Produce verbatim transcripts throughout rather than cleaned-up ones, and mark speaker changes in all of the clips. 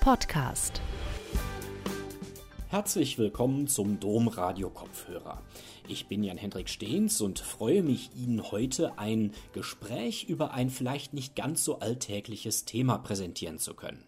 Speaker 1: Podcast.
Speaker 2: Herzlich willkommen zum Domradio-Kopfhörer. Ich bin Jan-Hendrik Stehns und freue mich, Ihnen heute ein Gespräch über ein vielleicht nicht ganz so alltägliches Thema präsentieren zu können.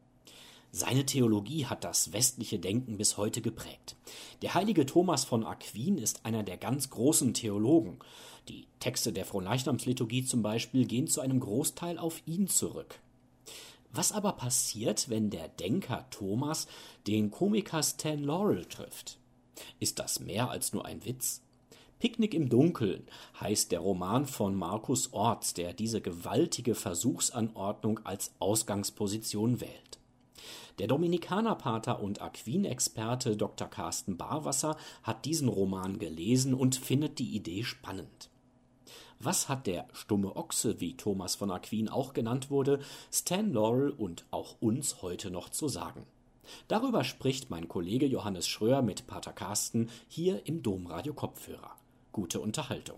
Speaker 2: Seine Theologie hat das westliche Denken bis heute geprägt. Der heilige Thomas von Aquin ist einer der ganz großen Theologen. Die Texte der Fronleichnamsliturgie zum Beispiel gehen zu einem Großteil auf ihn zurück. Was aber passiert, wenn der Denker Thomas den Komiker Stan Laurel trifft? Ist das mehr als nur ein Witz? Picknick im Dunkeln heißt der Roman von Markus Orts, der diese gewaltige Versuchsanordnung als Ausgangsposition wählt. Der Dominikanerpater und Aquin-Experte Doktor Carsten Barwasser hat diesen Roman gelesen und findet die Idee spannend. Was hat der stumme Ochse, wie Thomas von Aquin auch genannt wurde, Stan Laurel und auch uns heute noch zu sagen? Darüber spricht mein Kollege Johannes Schröer mit Pater Carsten hier im Domradio Kopfhörer. Gute Unterhaltung.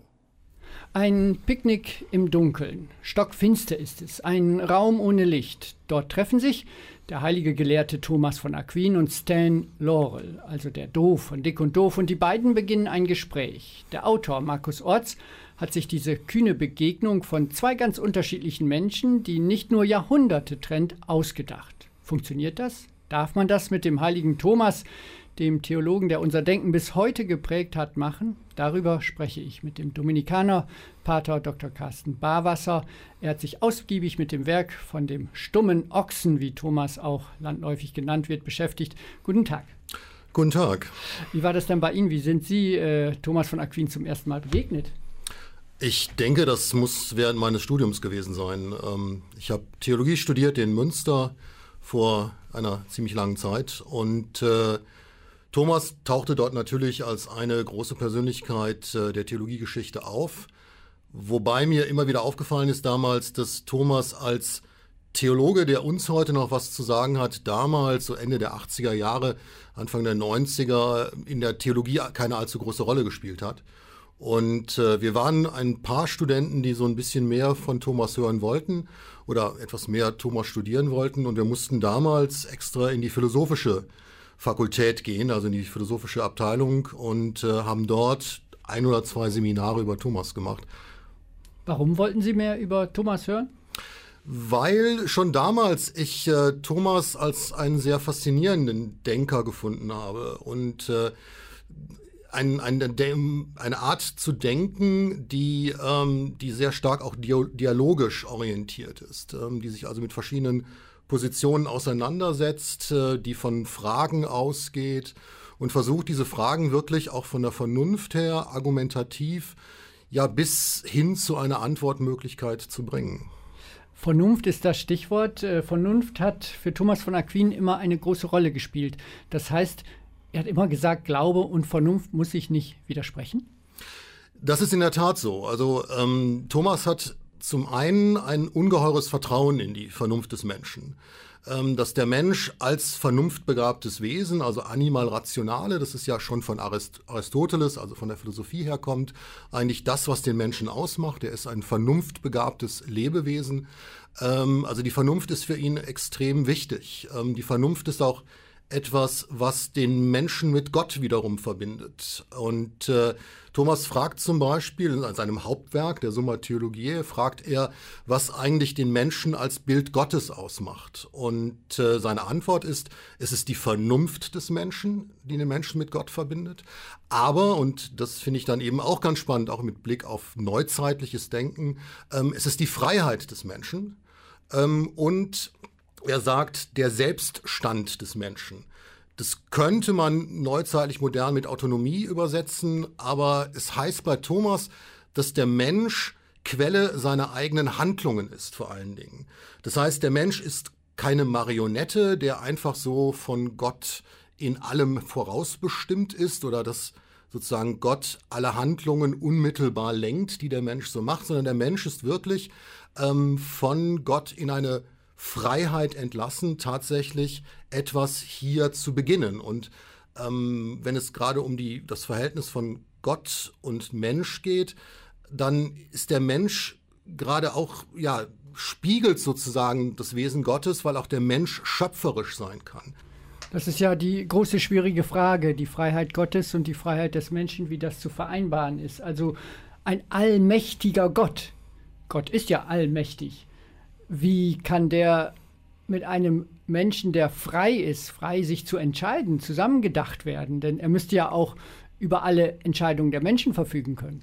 Speaker 3: Ein Picknick im Dunkeln. Stockfinster ist es, ein Raum ohne Licht. Dort treffen sich der heilige Gelehrte Thomas von Aquin und Stan Laurel, also der Doof von Dick und Doof, und die beiden beginnen ein Gespräch. Der Autor Markus Orts hat sich diese kühne Begegnung von zwei ganz unterschiedlichen Menschen, die nicht nur Jahrhunderte trennt, ausgedacht. Funktioniert das? Darf man das mit dem heiligen Thomas, dem Theologen, der unser Denken bis heute geprägt hat, machen? Darüber spreche ich mit dem Dominikaner Pater Doktor Carsten Barwasser. Er hat sich ausgiebig mit dem Werk von dem stummen Ochsen, wie Thomas auch landläufig genannt wird, beschäftigt. Guten Tag.
Speaker 4: Guten Tag.
Speaker 3: Wie war das denn bei Ihnen? Wie sind Sie äh, Thomas von Aquin zum ersten Mal begegnet?
Speaker 4: Ich denke, das muss während meines Studiums gewesen sein. Ähm, ich habe Theologie studiert in Münster vor einer ziemlich langen Zeit und äh, Thomas tauchte dort natürlich als eine große Persönlichkeit äh, der Theologiegeschichte auf, wobei mir immer wieder aufgefallen ist damals, dass Thomas als Theologe, der uns heute noch was zu sagen hat, damals, so Ende der achtziger Jahre, Anfang der neunziger, in der Theologie keine allzu große Rolle gespielt hat. Und äh, wir waren ein paar Studenten, die so ein bisschen mehr von Thomas hören wollten oder etwas mehr Thomas studieren wollten. Und wir mussten damals extra in die philosophische Fakultät gehen, also in die philosophische Abteilung, und äh, haben dort ein oder zwei Seminare über Thomas gemacht.
Speaker 3: Warum wollten Sie mehr über Thomas hören?
Speaker 4: Weil schon damals ich äh, Thomas als einen sehr faszinierenden Denker gefunden habe und äh, ein, ein, eine Art zu denken, die, ähm, die sehr stark auch dialogisch orientiert ist, ähm, die sich also mit verschiedenen Positionen auseinandersetzt, die von Fragen ausgeht und versucht, diese Fragen wirklich auch von der Vernunft her argumentativ ja bis hin zu einer Antwortmöglichkeit zu bringen.
Speaker 3: Vernunft ist das Stichwort. Vernunft hat für Thomas von Aquin immer eine große Rolle gespielt. Das heißt, er hat immer gesagt, Glaube und Vernunft muss sich nicht widersprechen?
Speaker 4: Das ist in der Tat so. Also ähm, Thomas hat zum einen ein ungeheures Vertrauen in die Vernunft des Menschen, ähm, dass der Mensch als vernunftbegabtes Wesen, also animal rationale, das ist ja schon von Arist- Aristoteles, also von der Philosophie herkommt, eigentlich das, was den Menschen ausmacht. Er ist ein vernunftbegabtes Lebewesen. Ähm, also die Vernunft ist für ihn extrem wichtig. Ähm, die Vernunft ist auch etwas, was den Menschen mit Gott wiederum verbindet. Und äh, Thomas fragt zum Beispiel in seinem Hauptwerk, der Summa Theologiae, fragt er, was eigentlich den Menschen als Bild Gottes ausmacht. Und äh, seine Antwort ist, es ist die Vernunft des Menschen, die den Menschen mit Gott verbindet. Aber, und das finde ich dann eben auch ganz spannend, auch mit Blick auf neuzeitliches Denken, ähm, es ist die Freiheit des Menschen. Ähm, und er sagt, der Selbststand des Menschen. Das könnte man neuzeitlich modern mit Autonomie übersetzen, aber es heißt bei Thomas, dass der Mensch Quelle seiner eigenen Handlungen ist, vor allen Dingen. Das heißt, der Mensch ist keine Marionette, der einfach so von Gott in allem vorausbestimmt ist oder dass sozusagen Gott alle Handlungen unmittelbar lenkt, die der Mensch so macht, sondern der Mensch ist wirklich ähm, von Gott in eine Freiheit entlassen, tatsächlich etwas hier zu beginnen. Und ähm, wenn es gerade um die, das Verhältnis von Gott und Mensch geht, dann ist der Mensch gerade auch ja spiegelt sozusagen das Wesen Gottes, weil auch der Mensch schöpferisch sein kann.
Speaker 3: Das ist ja die große schwierige Frage, die Freiheit Gottes und die Freiheit des Menschen, wie das zu vereinbaren ist. Also ein allmächtiger Gott, Gott ist ja allmächtig, wie kann der mit einem Menschen, der frei ist, frei sich zu entscheiden, zusammengedacht werden? Denn er müsste ja auch über alle Entscheidungen der Menschen verfügen können.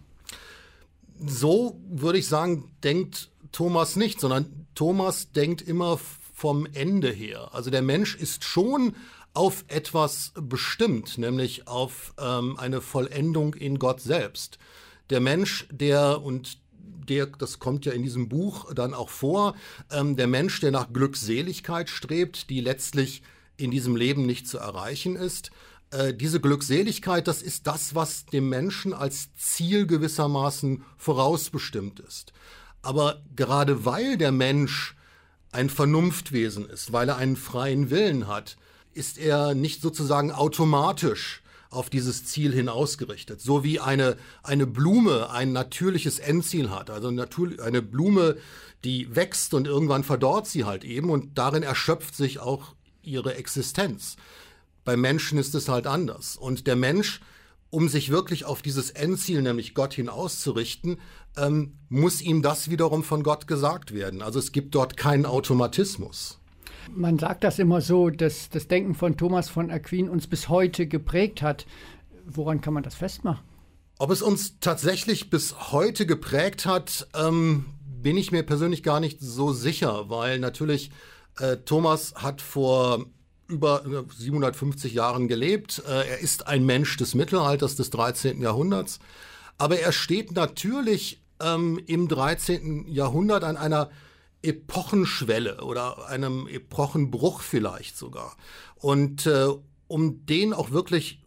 Speaker 4: So würde ich sagen, denkt Thomas nicht, sondern Thomas denkt immer vom Ende her. Also der Mensch ist schon auf etwas bestimmt, nämlich auf ähm, eine Vollendung in Gott selbst. Der Mensch, der, und der, das kommt ja in diesem Buch dann auch vor, ähm, der Mensch, der nach Glückseligkeit strebt, die letztlich in diesem Leben nicht zu erreichen ist. Äh, diese Glückseligkeit, das ist das, was dem Menschen als Ziel gewissermaßen vorausbestimmt ist. Aber gerade weil der Mensch ein Vernunftwesen ist, weil er einen freien Willen hat, ist er nicht sozusagen automatisch auf dieses Ziel hin ausgerichtet. So wie eine, eine Blume ein natürliches Endziel hat. Also eine Blume, die wächst und irgendwann verdorrt sie halt eben und darin erschöpft sich auch ihre Existenz. Beim Menschen ist es halt anders. Und der Mensch, um sich wirklich auf dieses Endziel, nämlich Gott hin auszurichten, ähm, muss ihm das wiederum von Gott gesagt werden. Also es gibt dort keinen Automatismus.
Speaker 3: Man sagt das immer so, dass das Denken von Thomas von Aquin uns bis heute geprägt hat. Woran kann man das festmachen?
Speaker 4: Ob es uns tatsächlich bis heute geprägt hat, ähm, bin ich mir persönlich gar nicht so sicher, weil natürlich äh, Thomas hat vor über siebenhundertfünfzig Jahren gelebt. Äh, er ist ein Mensch des Mittelalters, des dreizehnten Jahrhunderts. Aber er steht natürlich ähm, im dreizehnten Jahrhundert an einer Epochenschwelle oder einem Epochenbruch vielleicht sogar. Und äh, um den auch wirklich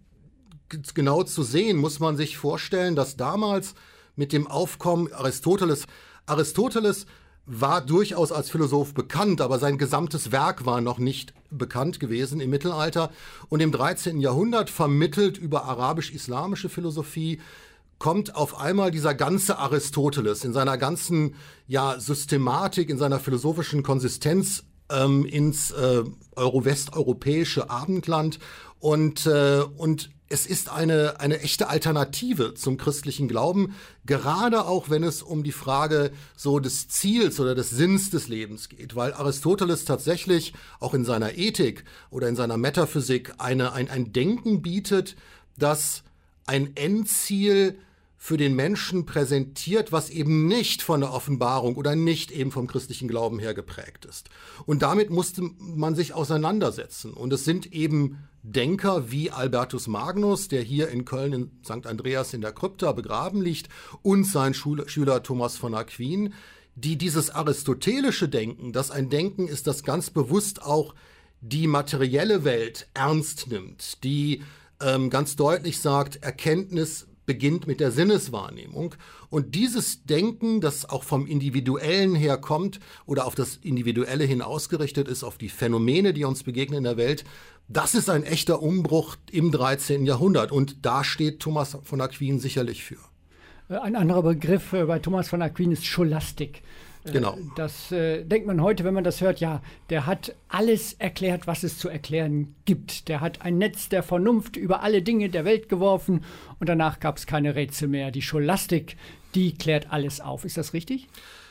Speaker 4: g- genau zu sehen, muss man sich vorstellen, dass damals mit dem Aufkommen Aristoteles, Aristoteles war durchaus als Philosoph bekannt, aber sein gesamtes Werk war noch nicht bekannt gewesen im Mittelalter. Und im dreizehnten Jahrhundert vermittelt über arabisch-islamische Philosophie kommt auf einmal dieser ganze Aristoteles in seiner ganzen ja, Systematik, in seiner philosophischen Konsistenz ähm, ins äh, Euro westeuropäische Abendland. Und, äh, und es ist eine, eine echte Alternative zum christlichen Glauben, gerade auch wenn es um die Frage so des Ziels oder des Sinns des Lebens geht, weil Aristoteles tatsächlich auch in seiner Ethik oder in seiner Metaphysik eine, ein, ein Denken bietet, das ein Endziel für den Menschen präsentiert, was eben nicht von der Offenbarung oder nicht eben vom christlichen Glauben her geprägt ist. Und damit musste man sich auseinandersetzen. Und es sind eben Denker wie Albertus Magnus, der hier in Köln in Sankt Andreas in der Krypta begraben liegt, und sein Schüler, Schüler Thomas von Aquin, die dieses aristotelische Denken, das ein Denken ist, das ganz bewusst auch die materielle Welt ernst nimmt, die ähm, ganz deutlich sagt, Erkenntnis beginnt mit der Sinneswahrnehmung. Und dieses Denken, das auch vom Individuellen her kommt oder auf das Individuelle hin ausgerichtet ist, auf die Phänomene, die uns begegnen in der Welt, das ist ein echter Umbruch im dreizehnten Jahrhundert. Und da steht Thomas von Aquin sicherlich für.
Speaker 3: Ein anderer Begriff bei Thomas von Aquin ist Scholastik.
Speaker 4: Genau.
Speaker 3: Das äh, denkt man heute, wenn man das hört, ja, der hat alles erklärt, was es zu erklären gibt. Der hat ein Netz der Vernunft über alle Dinge der Welt geworfen und danach gab es keine Rätsel mehr. Die Scholastik, die klärt alles auf. Ist das richtig?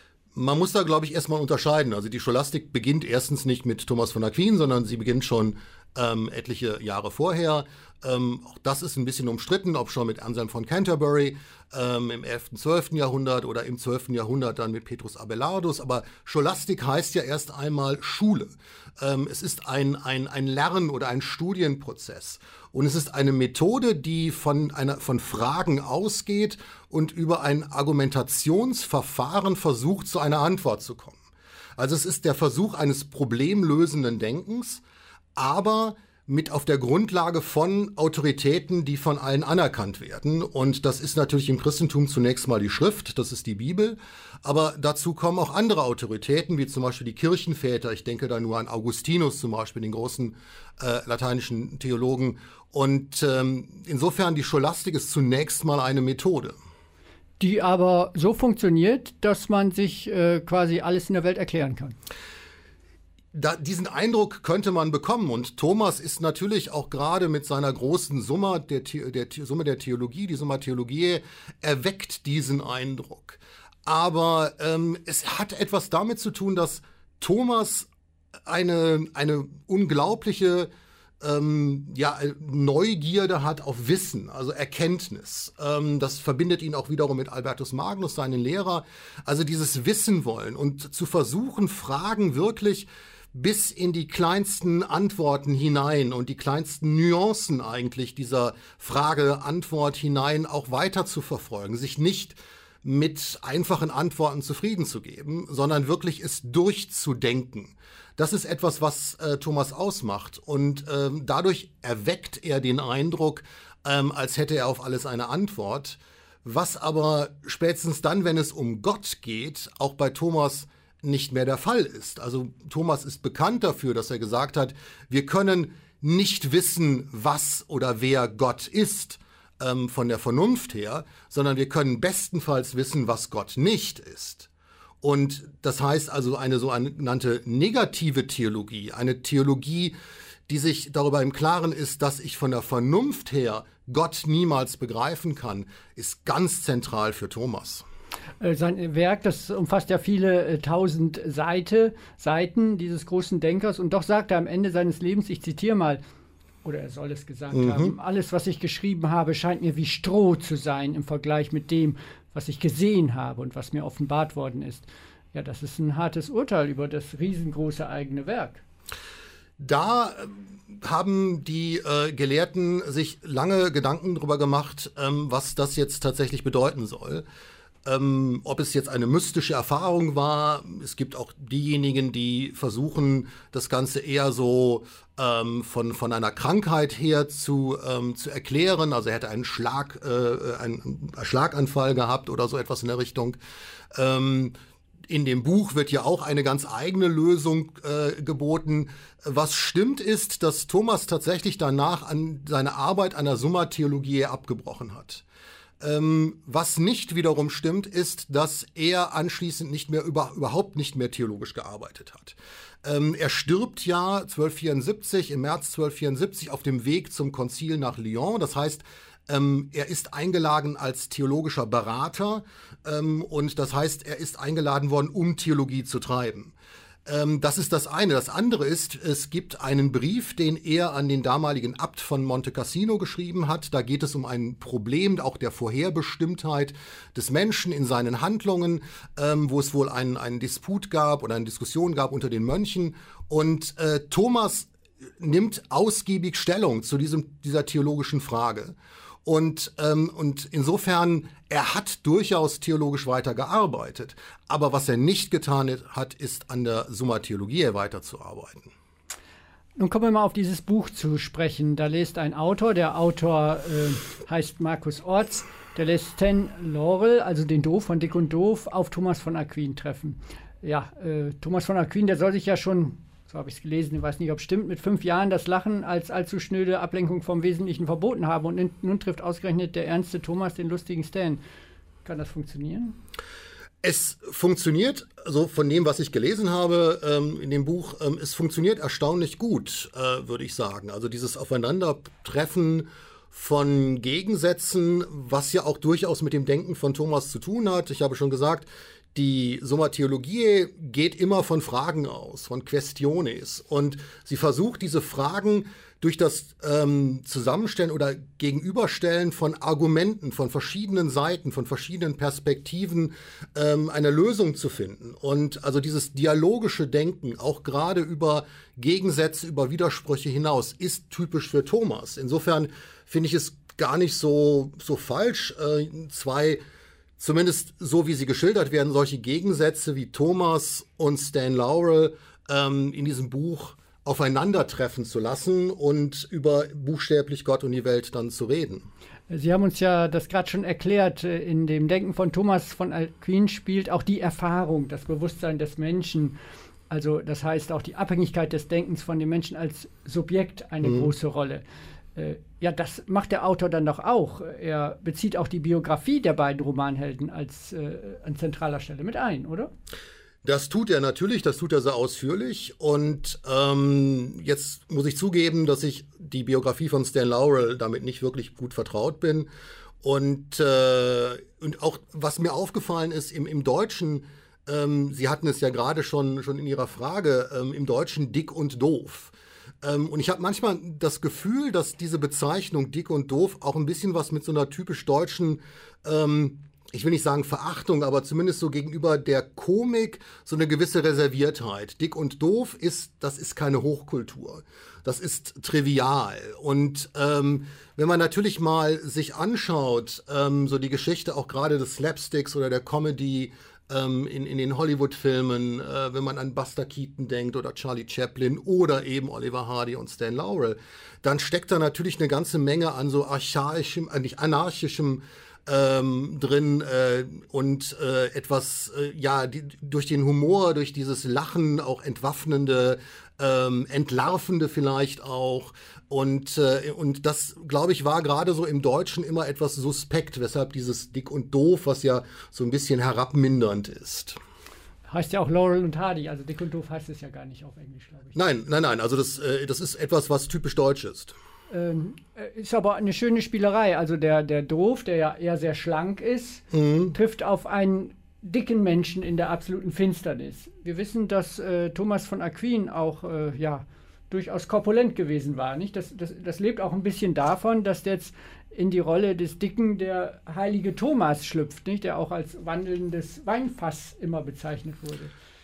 Speaker 4: Man muss da, glaube ich, erstmal unterscheiden. Also die Scholastik beginnt erstens nicht mit Thomas von Aquin, sondern sie beginnt schon ähm, etliche Jahre vorher. Ähm, auch das ist ein bisschen umstritten, ob schon mit Anselm von Canterbury ähm, im elften, zwölften Jahrhundert oder im zwölften Jahrhundert dann mit Petrus Abelardus. Aber Scholastik heißt ja erst einmal Schule. Ähm, es ist ein, ein, ein Lern- oder ein Studienprozess. Und es ist eine Methode, die von, einer, von Fragen ausgeht und über ein Argumentationsverfahren versucht, zu einer Antwort zu kommen. Also es ist der Versuch eines problemlösenden Denkens, aber mit auf der Grundlage von Autoritäten, die von allen anerkannt werden. Und das ist natürlich im Christentum zunächst mal die Schrift, das ist die Bibel. Aber dazu kommen auch andere Autoritäten, wie zum Beispiel die Kirchenväter. Ich denke da nur an Augustinus zum Beispiel, den großen äh, lateinischen Theologen. Und ähm, insofern, die Scholastik ist zunächst mal eine Methode.
Speaker 3: die aber so funktioniert, dass man sich äh, quasi alles in der Welt erklären kann.
Speaker 4: Da, diesen Eindruck könnte man bekommen. Und Thomas ist natürlich auch gerade mit seiner großen Summa der, der, der Summe der Theologie, die Summa Theologiae, erweckt diesen Eindruck. Aber ähm, es hat etwas damit zu tun, dass Thomas eine, eine unglaubliche ähm, ja, Neugierde hat auf Wissen, also Erkenntnis. Ähm, das verbindet ihn auch wiederum mit Albertus Magnus, seinen Lehrer. Also dieses Wissen wollen und zu versuchen, Fragen wirklich bis in die kleinsten Antworten hinein und die kleinsten Nuancen eigentlich dieser Frage-Antwort hinein auch weiter zu verfolgen, sich nicht mit einfachen Antworten zufrieden zu geben, sondern wirklich es durchzudenken. Das ist etwas, was äh, Thomas ausmacht und ähm, dadurch erweckt er den Eindruck, ähm, als hätte er auf alles eine Antwort, was aber spätestens dann, wenn es um Gott geht, auch bei Thomas nicht mehr der Fall ist. Also Thomas ist bekannt dafür, dass er gesagt hat, wir können nicht wissen, was oder wer Gott ist, ähm, von der Vernunft her, sondern wir können bestenfalls wissen, was Gott nicht ist. Und das heißt also eine sogenannte negative Theologie, eine Theologie, die sich darüber im Klaren ist, dass ich von der Vernunft her Gott niemals begreifen kann, ist ganz zentral für Thomas.
Speaker 3: Sein Werk, das umfasst ja viele äh, tausend Seite, Seiten dieses großen Denkers. Und doch sagt er am Ende seines Lebens, ich zitiere mal, oder er soll es gesagt mhm. haben, alles, was ich geschrieben habe, scheint mir wie Stroh zu sein im Vergleich mit dem, was ich gesehen habe und was mir offenbart worden ist. Ja, das ist ein hartes Urteil über das riesengroße eigene Werk.
Speaker 4: Da haben die äh, Gelehrten sich lange Gedanken darüber gemacht, ähm, was das jetzt tatsächlich bedeuten soll. Ähm, ob es jetzt eine mystische Erfahrung war. Es gibt auch diejenigen, die versuchen, das Ganze eher so ähm, von, von einer Krankheit her zu, ähm, zu erklären. Also er hätte einen, Schlag, äh, einen Schlaganfall gehabt oder so etwas in der Richtung. Ähm, in dem Buch wird ja auch eine ganz eigene Lösung äh, geboten. Was stimmt ist, dass Thomas tatsächlich danach an seine Arbeit an der Summa Theologiae abgebrochen hat. Ähm, was nicht wiederum stimmt, ist, dass er anschließend nicht mehr über, überhaupt nicht mehr theologisch gearbeitet hat. Ähm, er stirbt ja zwölfhundertvierundsiebzig, im März zwölfhundertvierundsiebzig auf dem Weg zum Konzil nach Lyon. Das heißt, ähm, er ist eingeladen als theologischer Berater ähm, und das heißt, er ist eingeladen worden, um Theologie zu treiben. Das ist das eine. Das andere ist, es gibt einen Brief, den er an den damaligen Abt von Monte Cassino geschrieben hat. Da geht es um ein Problem auch der Vorherbestimmtheit des Menschen in seinen Handlungen, ähm, wo es wohl einen, einen Disput gab oder eine Diskussion gab unter den Mönchen. Und äh, Thomas nimmt ausgiebig Stellung zu diesem, dieser theologischen Frage. Und, ähm, und insofern, er hat durchaus theologisch weitergearbeitet. Aber was er nicht getan hat, ist an der Summa Theologiae weiterzuarbeiten.
Speaker 3: Nun kommen wir mal auf dieses Buch zu sprechen. Da lässt ein Autor, der Autor äh, heißt Markus Orts, der lässt Stan Laurel, also den Doof von Dick und Doof, auf Thomas von Aquin treffen. Ja, äh, Thomas von Aquin, der soll sich ja schon, so habe ich es gelesen, ich weiß nicht, ob es stimmt, mit fünf Jahren das Lachen als allzu schnöde Ablenkung vom Wesentlichen verboten haben. Und nun, nun trifft ausgerechnet der ernste Thomas den lustigen Stan. Kann das funktionieren?
Speaker 4: Es funktioniert, also von dem, was ich gelesen habe ähm, in dem Buch, ähm, es funktioniert erstaunlich gut, äh, würde ich sagen. Also dieses Aufeinandertreffen von Gegensätzen, was ja auch durchaus mit dem Denken von Thomas zu tun hat. Ich habe schon gesagt, die Summa Theologiae geht immer von Fragen aus, von Questiones. Und sie versucht, diese Fragen durch das ähm, Zusammenstellen oder Gegenüberstellen von Argumenten, von verschiedenen Seiten, von verschiedenen Perspektiven ähm, eine Lösung zu finden. Und also dieses dialogische Denken, auch gerade über Gegensätze, über Widersprüche hinaus, ist typisch für Thomas. Insofern finde ich es gar nicht so, so falsch, äh, zwei zumindest so wie sie geschildert werden, solche Gegensätze wie Thomas und Stan Laurel ähm, in diesem Buch aufeinandertreffen zu lassen und über buchstäblich Gott und die Welt dann zu reden.
Speaker 3: Sie haben uns ja das gerade schon erklärt, in dem Denken von Thomas von Aquin spielt auch die Erfahrung, das Bewusstsein des Menschen, also das heißt auch die Abhängigkeit des Denkens von dem Menschen als Subjekt eine mhm. große Rolle. Äh, ja, das macht der Autor dann doch auch. Er bezieht auch die Biografie der beiden Romanhelden als äh, an zentraler Stelle mit ein, oder?
Speaker 4: Das tut er natürlich, das tut er sehr ausführlich. Und ähm, jetzt muss ich zugeben, dass ich die Biografie von Stan Laurel damit nicht wirklich gut vertraut bin. Und, äh, und auch, was mir aufgefallen ist, im, im Deutschen, ähm, Sie hatten es ja gerade schon, schon in Ihrer Frage, ähm, im Deutschen dick und doof. Ähm, und ich habe manchmal das Gefühl, dass diese Bezeichnung dick und doof auch ein bisschen was mit so einer typisch deutschen, ähm, ich will nicht sagen Verachtung, aber zumindest so gegenüber der Komik so eine gewisse Reserviertheit. Dick und doof ist, das ist keine Hochkultur. Das ist trivial. Und ähm, wenn man natürlich mal sich anschaut, ähm, so die Geschichte auch gerade des Slapsticks oder der Comedy ähm, in, in den Hollywood-Filmen, äh, wenn man an Buster Keaton denkt oder Charlie Chaplin oder eben Oliver Hardy und Stan Laurel, dann steckt da natürlich eine ganze Menge an so archaischem, äh, nicht anarchischem Ähm, drin äh, und äh, etwas, äh, ja, die, durch den Humor, durch dieses Lachen auch entwaffnende, ähm, entlarvende vielleicht auch. Und, äh, und das, glaube ich, war gerade so im Deutschen immer etwas suspekt, weshalb dieses Dick und Doof, was ja so ein bisschen herabmindernd ist.
Speaker 3: Heißt ja auch Laurel und Hardy, also dick und doof heißt es ja gar nicht auf Englisch, glaube ich.
Speaker 4: Nein, nein, nein, also das, äh, das ist etwas, was typisch deutsch ist.
Speaker 3: Ähm, ist aber eine schöne Spielerei. Also der, der Doof, der ja eher sehr schlank ist, mhm. trifft auf einen dicken Menschen in der absoluten Finsternis. Wir wissen, dass äh, Thomas von Aquin auch äh, ja, durchaus korpulent gewesen war. Nicht? Das, das, das lebt auch ein bisschen davon, dass jetzt in die Rolle des Dicken der heilige Thomas schlüpft, nicht? Der auch als wandelndes Weinfass immer bezeichnet wurde.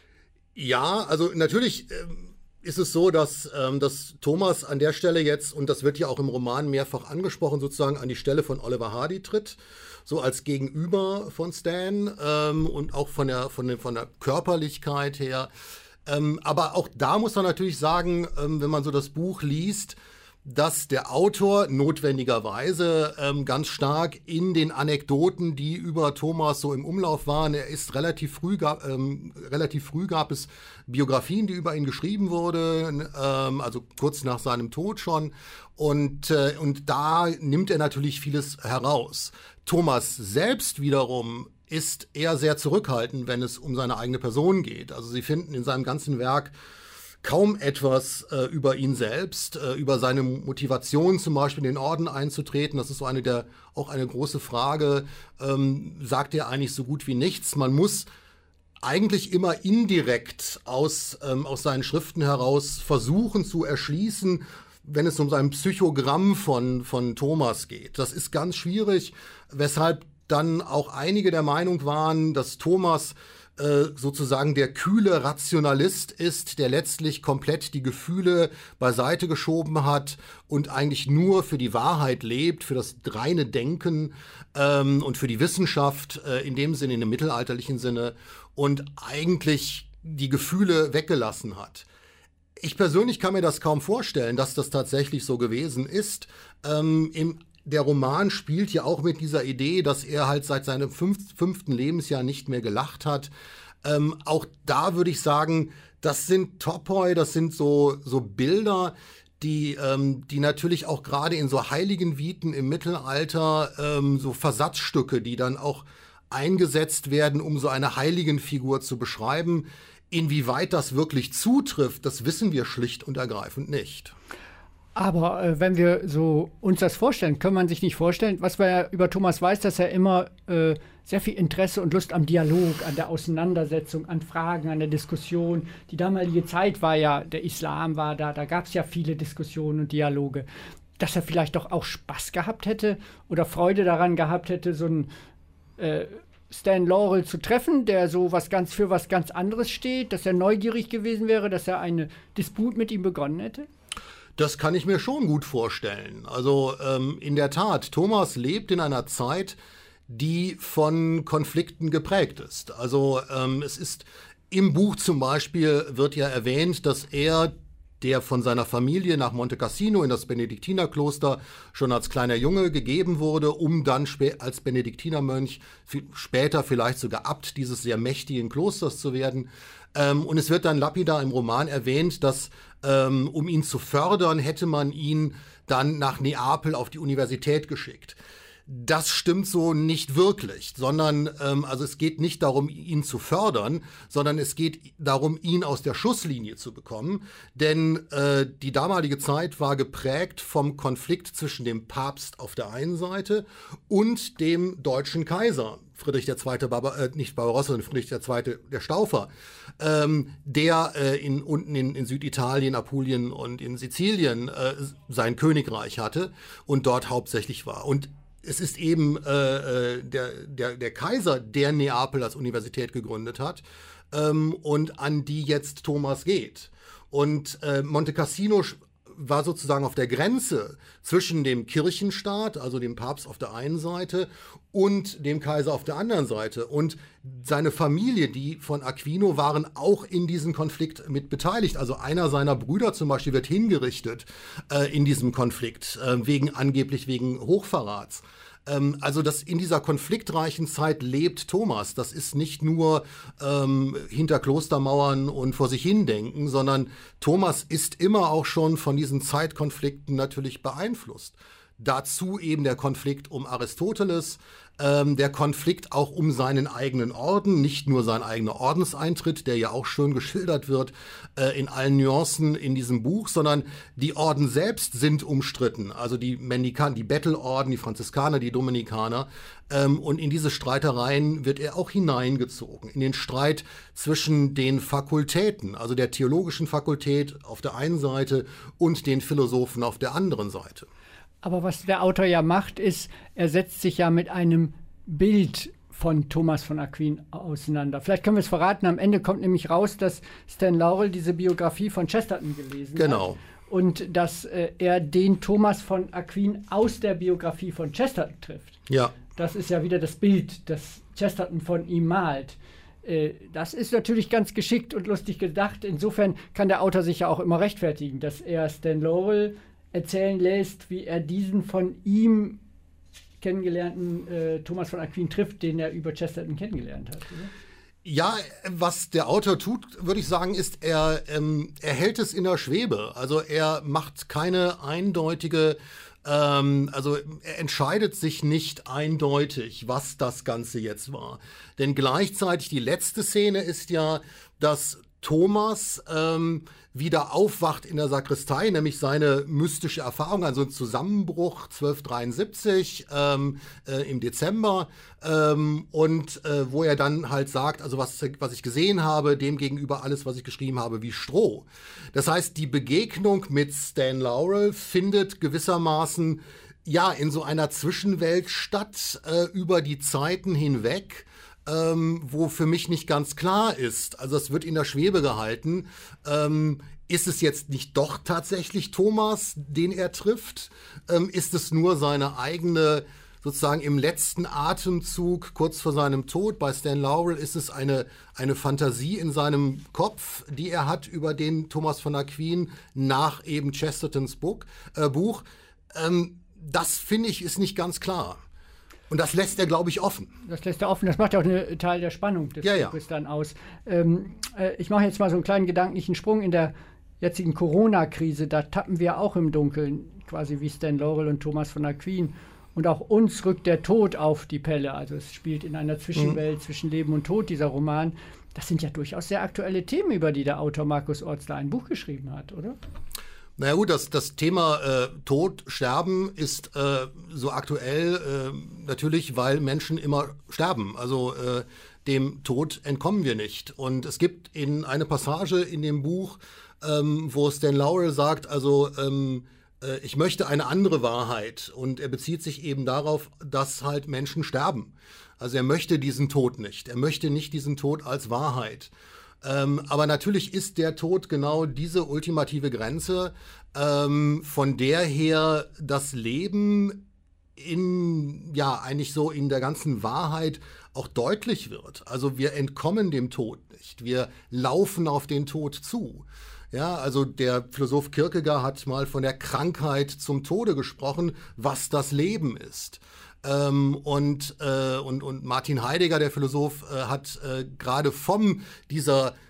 Speaker 4: Ja, also natürlich ähm ist es so, dass, ähm, dass Thomas an der Stelle jetzt, und das wird ja auch im Roman mehrfach angesprochen, sozusagen an die Stelle von Oliver Hardy tritt, so als Gegenüber von Stan ähm, und auch von der, von der, von der Körperlichkeit her. Ähm, aber auch da muss man natürlich sagen, ähm, wenn man so das Buch liest, dass der Autor notwendigerweise ähm, ganz stark in den Anekdoten, die über Thomas so im Umlauf waren, er ist relativ früh, gab, ähm, relativ früh gab es Biografien, die über ihn geschrieben wurden, ähm, also kurz nach seinem Tod schon. Und, äh, und da nimmt er natürlich vieles heraus. Thomas selbst wiederum ist eher sehr zurückhaltend, wenn es um seine eigene Person geht. Also Sie finden in seinem ganzen Werk kaum etwas äh, über ihn selbst, äh, über seine Motivation zum Beispiel in den Orden einzutreten. Das ist so eine der, auch eine große Frage. Ähm, sagt er eigentlich so gut wie nichts. Man muss eigentlich immer indirekt aus, ähm, aus seinen Schriften heraus versuchen zu erschließen, wenn es um sein Psychogramm von, von Thomas geht. Das ist ganz schwierig, weshalb dann auch einige der Meinung waren, dass Thomas sozusagen der kühle Rationalist ist, der letztlich komplett die Gefühle beiseite geschoben hat und eigentlich nur für die Wahrheit lebt, für das reine Denken ähm, und für die Wissenschaft äh, in dem Sinne, in dem mittelalterlichen Sinne und eigentlich die Gefühle weggelassen hat. Ich persönlich kann mir das kaum vorstellen, dass das tatsächlich so gewesen ist. Ähm, im Der Roman spielt ja auch mit dieser Idee, dass er halt seit seinem fünf, fünften Lebensjahr nicht mehr gelacht hat. Ähm, auch da würde ich sagen, das sind Topoi, das sind so, so Bilder, die, ähm, die natürlich auch gerade in so heiligen Viten im Mittelalter, ähm, so Versatzstücke, die dann auch eingesetzt werden, um so eine Heiligenfigur zu beschreiben. Inwieweit das wirklich zutrifft, das wissen wir schlicht und ergreifend nicht.
Speaker 3: Aber äh, wenn wir so uns das vorstellen, kann man sich nicht vorstellen, was man ja über Thomas weiß, dass er immer äh, sehr viel Interesse und Lust am Dialog, an der Auseinandersetzung, an Fragen, an der Diskussion. Die damalige Zeit war ja, der Islam war da, da gab es ja viele Diskussionen und Dialoge. Dass er vielleicht doch auch Spaß gehabt hätte oder Freude daran gehabt hätte, so einen äh, Stan Laurel zu treffen, der so was ganz für was ganz anderes steht, dass er neugierig gewesen wäre, dass er eine Disput mit ihm begonnen hätte?
Speaker 4: Das kann ich mir schon gut vorstellen. Also ähm, in der Tat, Thomas lebt in einer Zeit, die von Konflikten geprägt ist. Also ähm, es ist im Buch zum Beispiel wird ja erwähnt, dass er, der von seiner Familie nach Monte Cassino in das Benediktinerkloster schon als kleiner Junge gegeben wurde, um dann als Benediktinermönch später vielleicht sogar Abt dieses sehr mächtigen Klosters zu werden. Ähm, und es wird dann lapidar im Roman erwähnt, dass ähm, um ihn zu fördern, hätte man ihn dann nach Neapel auf die Universität geschickt. Das stimmt so nicht wirklich, sondern ähm, also es geht nicht darum, ihn zu fördern, sondern es geht darum, ihn aus der Schusslinie zu bekommen. Denn äh, die damalige Zeit war geprägt vom Konflikt zwischen dem Papst auf der einen Seite und dem deutschen Kaiser, Friedrich der Zweite, Barbar- äh, nicht Barbarossa, sondern Friedrich der Zweite, der Staufer, ähm, der äh, in, unten in, in Süditalien, Apulien und in Sizilien äh, sein Königreich hatte und dort hauptsächlich war. Und es ist eben äh, der, der, der Kaiser, der Neapel als Universität gegründet hat ähm, und an die jetzt Thomas geht. Und äh, Monte Cassino war sozusagen auf der Grenze zwischen dem Kirchenstaat, also dem Papst auf der einen Seite, und dem Kaiser auf der anderen Seite. Und seine Familie, die von Aquino, waren auch in diesem Konflikt mit beteiligt. Also einer seiner Brüder zum Beispiel wird hingerichtet äh, in diesem Konflikt, äh, wegen angeblich wegen Hochverrats. Ähm, also das in dieser konfliktreichen Zeit lebt Thomas. Das ist nicht nur ähm, hinter Klostermauern und vor sich hindenken, sondern Thomas ist immer auch schon von diesen Zeitkonflikten natürlich beeinflusst. Dazu eben der Konflikt um Aristoteles, ähm, der Konflikt auch um seinen eigenen Orden, nicht nur sein eigener Ordenseintritt, der ja auch schön geschildert wird äh, in allen Nuancen in diesem Buch, sondern die Orden selbst sind umstritten, also die Mendikanten, die Bettelorden, die Franziskaner, die Dominikaner, ähm, und in diese Streitereien wird er auch hineingezogen, in den Streit zwischen den Fakultäten, also der theologischen Fakultät auf der einen Seite und den Philosophen auf der anderen Seite.
Speaker 3: Aber was der Autor ja macht, ist, er setzt sich ja mit einem Bild von Thomas von Aquin auseinander. Vielleicht können wir es verraten, am Ende kommt nämlich raus, dass Stan Laurel diese Biografie von Chesterton gelesen
Speaker 4: genau.
Speaker 3: hat. Und dass äh, er den Thomas von Aquin aus der Biografie von Chesterton trifft.
Speaker 4: Ja.
Speaker 3: Das ist ja wieder das Bild, das Chesterton von ihm malt. Äh, das ist natürlich ganz geschickt und lustig gedacht. Insofern kann der Autor sich ja auch immer rechtfertigen, dass er Stan Laurel erzählen lässt, wie er diesen von ihm kennengelernten äh, Thomas von Aquin trifft, den er über Chesterton kennengelernt hat. Oder?
Speaker 4: Ja, was der Autor tut, würde ich sagen, ist, er, ähm, er hält es in der Schwebe. Also er macht keine eindeutige, ähm, also er entscheidet sich nicht eindeutig, was das Ganze jetzt war. Denn gleichzeitig die letzte Szene ist ja, dass Thomas ähm, wieder aufwacht in der Sakristei, nämlich seine mystische Erfahrung, also ein Zusammenbruch zwölfhundertdreiundsiebzig ähm, äh, im Dezember ähm, und äh, wo er dann halt sagt, also was, was ich gesehen habe, dem gegenüber alles, was ich geschrieben habe, wie Stroh. Das heißt, die Begegnung mit Stan Laurel findet gewissermaßen ja in so einer Zwischenwelt statt, äh, über die Zeiten hinweg, Ähm, wo für mich nicht ganz klar ist, also es wird in der Schwebe gehalten, ähm, ist es jetzt nicht doch tatsächlich Thomas, den er trifft? Ähm, ist es nur seine eigene, sozusagen im letzten Atemzug, kurz vor seinem Tod, bei Stan Laurel ist es eine, eine Fantasie in seinem Kopf, die er hat über den Thomas von Aquin nach eben Chestertons Buch. Äh, Buch. Ähm, das, finde ich, ist nicht ganz klar. Und das lässt er, glaube ich, offen.
Speaker 3: Das lässt er offen. Das macht ja auch einen Teil der Spannung des
Speaker 4: ja,
Speaker 3: Buches
Speaker 4: ja.
Speaker 3: dann aus. Ähm, äh, ich mache jetzt mal so einen kleinen gedanklichen Sprung. In der jetzigen Corona-Krise, da tappen wir auch im Dunkeln, quasi wie Stan Laurel und Thomas von Aquin. Und auch uns rückt der Tod auf die Pelle. Also es spielt in einer Zwischenwelt mhm. zwischen Leben und Tod, dieser Roman. Das sind ja durchaus sehr aktuelle Themen, über die der Autor Markus Ortzler ein Buch geschrieben hat, oder?
Speaker 4: Naja gut, das, das Thema äh, Tod, Sterben ist äh, so aktuell äh, natürlich, weil Menschen immer sterben. Also äh, dem Tod entkommen wir nicht. Und es gibt in eine Passage in dem Buch, ähm, wo Stan Laurel sagt, also ähm, äh, ich möchte eine andere Wahrheit. Und er bezieht sich eben darauf, dass halt Menschen sterben. Also er möchte diesen Tod nicht. Er möchte nicht diesen Tod als Wahrheit. Ähm, aber natürlich ist der Tod genau diese ultimative Grenze, ähm, von der her das Leben in, ja, eigentlich so in der ganzen Wahrheit auch deutlich wird. Also wir entkommen dem Tod nicht. Wir laufen auf den Tod zu. Ja, also der Philosoph Kierkegaard hat mal von der Krankheit zum Tode gesprochen, was das Leben ist. Ähm, und, äh, und, und Martin Heidegger, der Philosoph, äh, hat äh, gerade von dieser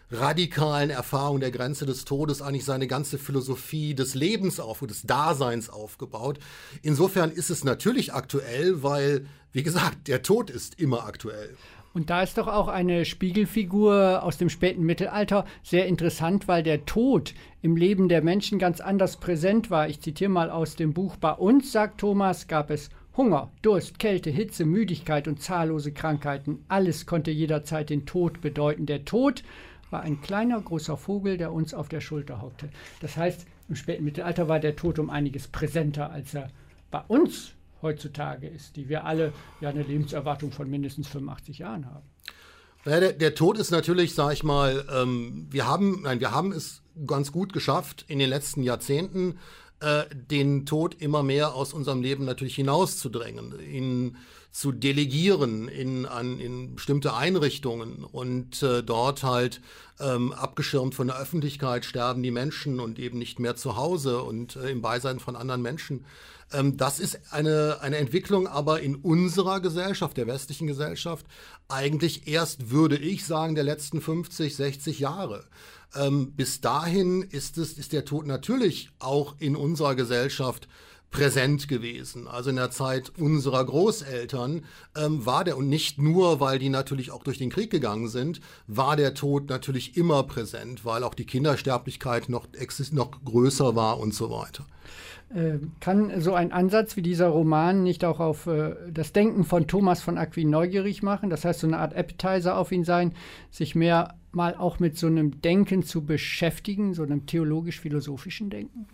Speaker 4: radikalen Erfahrung der Grenze des Todes eigentlich seine ganze Philosophie des Lebens auf, des Daseins aufgebaut. Insofern ist es natürlich aktuell, weil, wie gesagt, der Tod ist immer aktuell.
Speaker 3: Und da ist doch auch eine Spiegelfigur aus dem späten Mittelalter sehr interessant, weil der Tod im Leben der Menschen ganz anders präsent war. Ich zitiere mal aus dem Buch: Bei uns, sagt Thomas, gab es Hunger, Durst, Kälte, Hitze, Müdigkeit und zahllose Krankheiten. Alles konnte jederzeit den Tod bedeuten. Der Tod war ein kleiner, großer Vogel, der uns auf der Schulter hockte. Das heißt, im späten Mittelalter war der Tod um einiges präsenter, als er bei uns heutzutage ist, die wir alle ja eine Lebenserwartung von mindestens fünfundachtzig Jahren haben.
Speaker 4: Ja, der, der Tod ist natürlich, sag ich mal, ähm, wir haben, nein, wir haben es ganz gut geschafft, in den letzten Jahrzehnten äh, den Tod immer mehr aus unserem Leben natürlich hinauszudrängen, ihn zu delegieren in, an, in bestimmte Einrichtungen und äh, dort halt ähm, abgeschirmt von der Öffentlichkeit sterben die Menschen und eben nicht mehr zu Hause und äh, im Beisein von anderen Menschen. Ähm, das ist eine, eine Entwicklung aber in unserer Gesellschaft, der westlichen Gesellschaft, eigentlich erst, würde ich sagen, der letzten fünfzig, sechzig Jahre. Ähm, bis dahin ist es, ist der Tod natürlich auch in unserer Gesellschaft präsent gewesen. Also in der Zeit unserer Großeltern ähm, war der, und nicht nur, weil die natürlich auch durch den Krieg gegangen sind, war der Tod natürlich immer präsent, weil auch die Kindersterblichkeit noch, noch größer war und so weiter.
Speaker 3: Äh, kann so ein Ansatz wie dieser Roman nicht auch auf äh, das Denken von Thomas von Aquin neugierig machen? Das heißt, so eine Art Appetizer auf ihn sein, sich mehr mal auch mit so einem Denken zu beschäftigen, so einem theologisch-philosophischen Denken?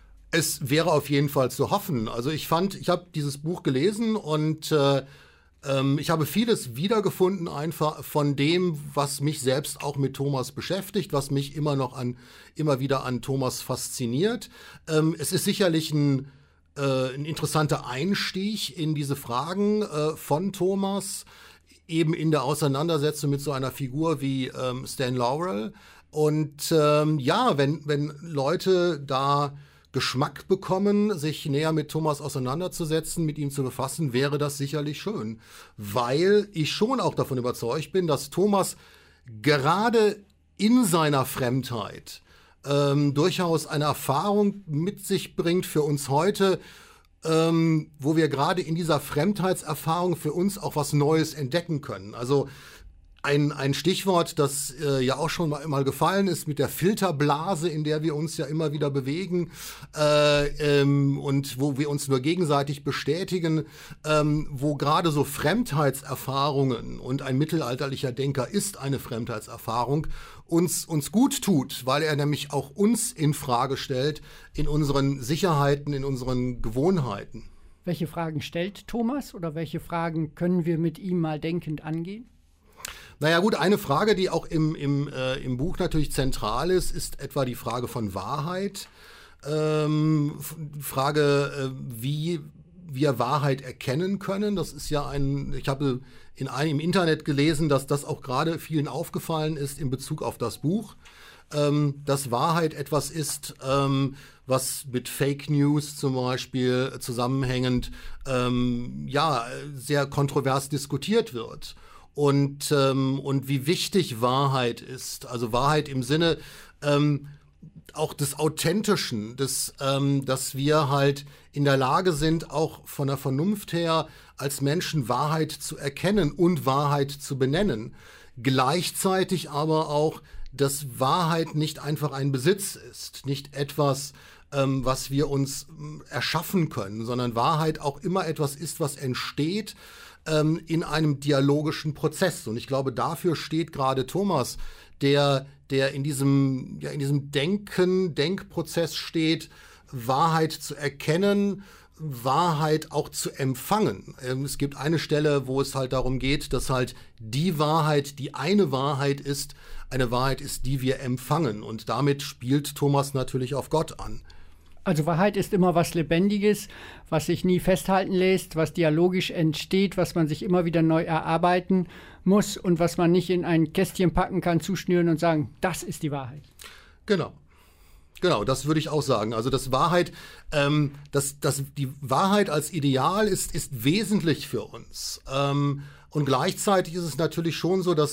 Speaker 4: Es wäre auf jeden Fall zu hoffen. Also ich fand, ich habe dieses Buch gelesen und äh, ähm, ich habe vieles wiedergefunden einfach von dem, was mich selbst auch mit Thomas beschäftigt, was mich immer noch an, immer wieder an Thomas fasziniert. Ähm, es ist sicherlich ein, äh, ein interessanter Einstieg in diese Fragen äh, von Thomas, eben in der Auseinandersetzung mit so einer Figur wie ähm, Stan Laurel. Und ähm, ja, wenn, wenn Leute da Geschmack bekommen, sich näher mit Thomas auseinanderzusetzen, mit ihm zu befassen, wäre das sicherlich schön. Weil ich schon auch davon überzeugt bin, dass Thomas gerade in seiner Fremdheit ähm, durchaus eine Erfahrung mit sich bringt für uns heute, ähm, wo wir gerade in dieser Fremdheitserfahrung für uns auch was Neues entdecken können. Also Ein, ein Stichwort, das äh, ja auch schon mal, mal gefallen ist, mit der Filterblase, in der wir uns ja immer wieder bewegen äh, ähm, und wo wir uns nur gegenseitig bestätigen, ähm, wo gerade so Fremdheitserfahrungen, und ein mittelalterlicher Denker ist eine Fremdheitserfahrung, uns, uns gut tut, weil er nämlich auch uns in Frage stellt, in unseren Sicherheiten, in unseren Gewohnheiten.
Speaker 3: Welche Fragen stellt Thomas oder welche Fragen können wir mit ihm mal denkend angehen?
Speaker 4: Naja gut, eine Frage, die auch im, im, äh, im Buch natürlich zentral ist, ist etwa die Frage von Wahrheit. Ähm, Frage, äh, wie wir Wahrheit erkennen können. Das ist ja ein, ich habe in einem im Internet gelesen, dass das auch gerade vielen aufgefallen ist in Bezug auf das Buch, ähm, dass Wahrheit etwas ist, ähm, was mit Fake News zum Beispiel zusammenhängend ähm, ja, sehr kontrovers diskutiert wird. Und, ähm, und wie wichtig Wahrheit ist. Also Wahrheit im Sinne ähm, auch des Authentischen, des, ähm, dass wir halt in der Lage sind, auch von der Vernunft her als Menschen Wahrheit zu erkennen und Wahrheit zu benennen. Gleichzeitig aber auch, dass Wahrheit nicht einfach ein Besitz ist, nicht etwas, ähm, was wir uns ähm, erschaffen können, sondern Wahrheit auch immer etwas ist, was entsteht in einem dialogischen Prozess. Und ich glaube, dafür steht gerade Thomas, der, der in diesem, ja, in diesem Denken, Denkprozess steht, Wahrheit zu erkennen, Wahrheit auch zu empfangen. Es gibt eine Stelle, wo es halt darum geht, dass halt die Wahrheit, die eine Wahrheit ist, eine Wahrheit ist, die wir empfangen. Und damit spielt Thomas natürlich auf Gott an.
Speaker 3: Also Wahrheit ist immer was Lebendiges, was sich nie festhalten lässt, was dialogisch entsteht, was man sich immer wieder neu erarbeiten muss und was man nicht in ein Kästchen packen kann, zuschnüren und sagen, das ist die Wahrheit.
Speaker 4: Genau. Genau, das würde ich auch sagen. Also das Wahrheit, ähm, das, das, die Wahrheit als Ideal ist, ist wesentlich für uns. Ähm, und gleichzeitig ist es natürlich schon so, dass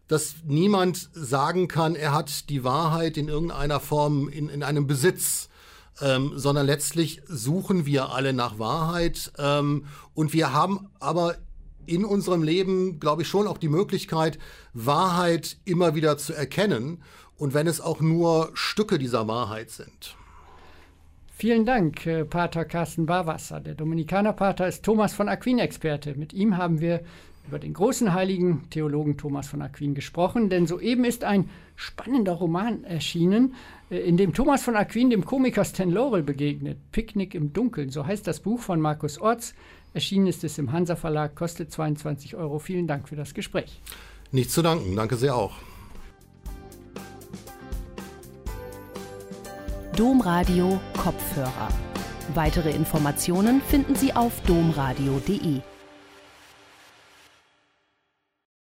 Speaker 4: dass niemand sagen kann, er hat die Wahrheit in irgendeiner Form in, in einem Besitz, ähm, sondern letztlich suchen wir alle nach Wahrheit. Ähm, und wir haben aber in unserem Leben, glaube ich, schon auch die Möglichkeit, Wahrheit immer wieder zu erkennen. Und wenn es auch nur Stücke dieser Wahrheit sind.
Speaker 3: Vielen Dank, äh, Pater Carsten Barwasser. Der Dominikanerpater ist Thomas von Aquin-Experte. Mit ihm haben wir über den großen heiligen Theologen Thomas von Aquin gesprochen, denn soeben ist ein spannender Roman erschienen, in dem Thomas von Aquin dem Komiker Stan Laurel begegnet. Picknick im Dunkeln, so heißt das Buch von Markus Orts. Erschienen ist es im Hansa Verlag, kostet zweiundzwanzig Euro. Vielen Dank für das Gespräch.
Speaker 4: Nichts zu danken, danke sehr auch.
Speaker 1: Domradio Kopfhörer. Weitere Informationen finden Sie auf domradio punkt de.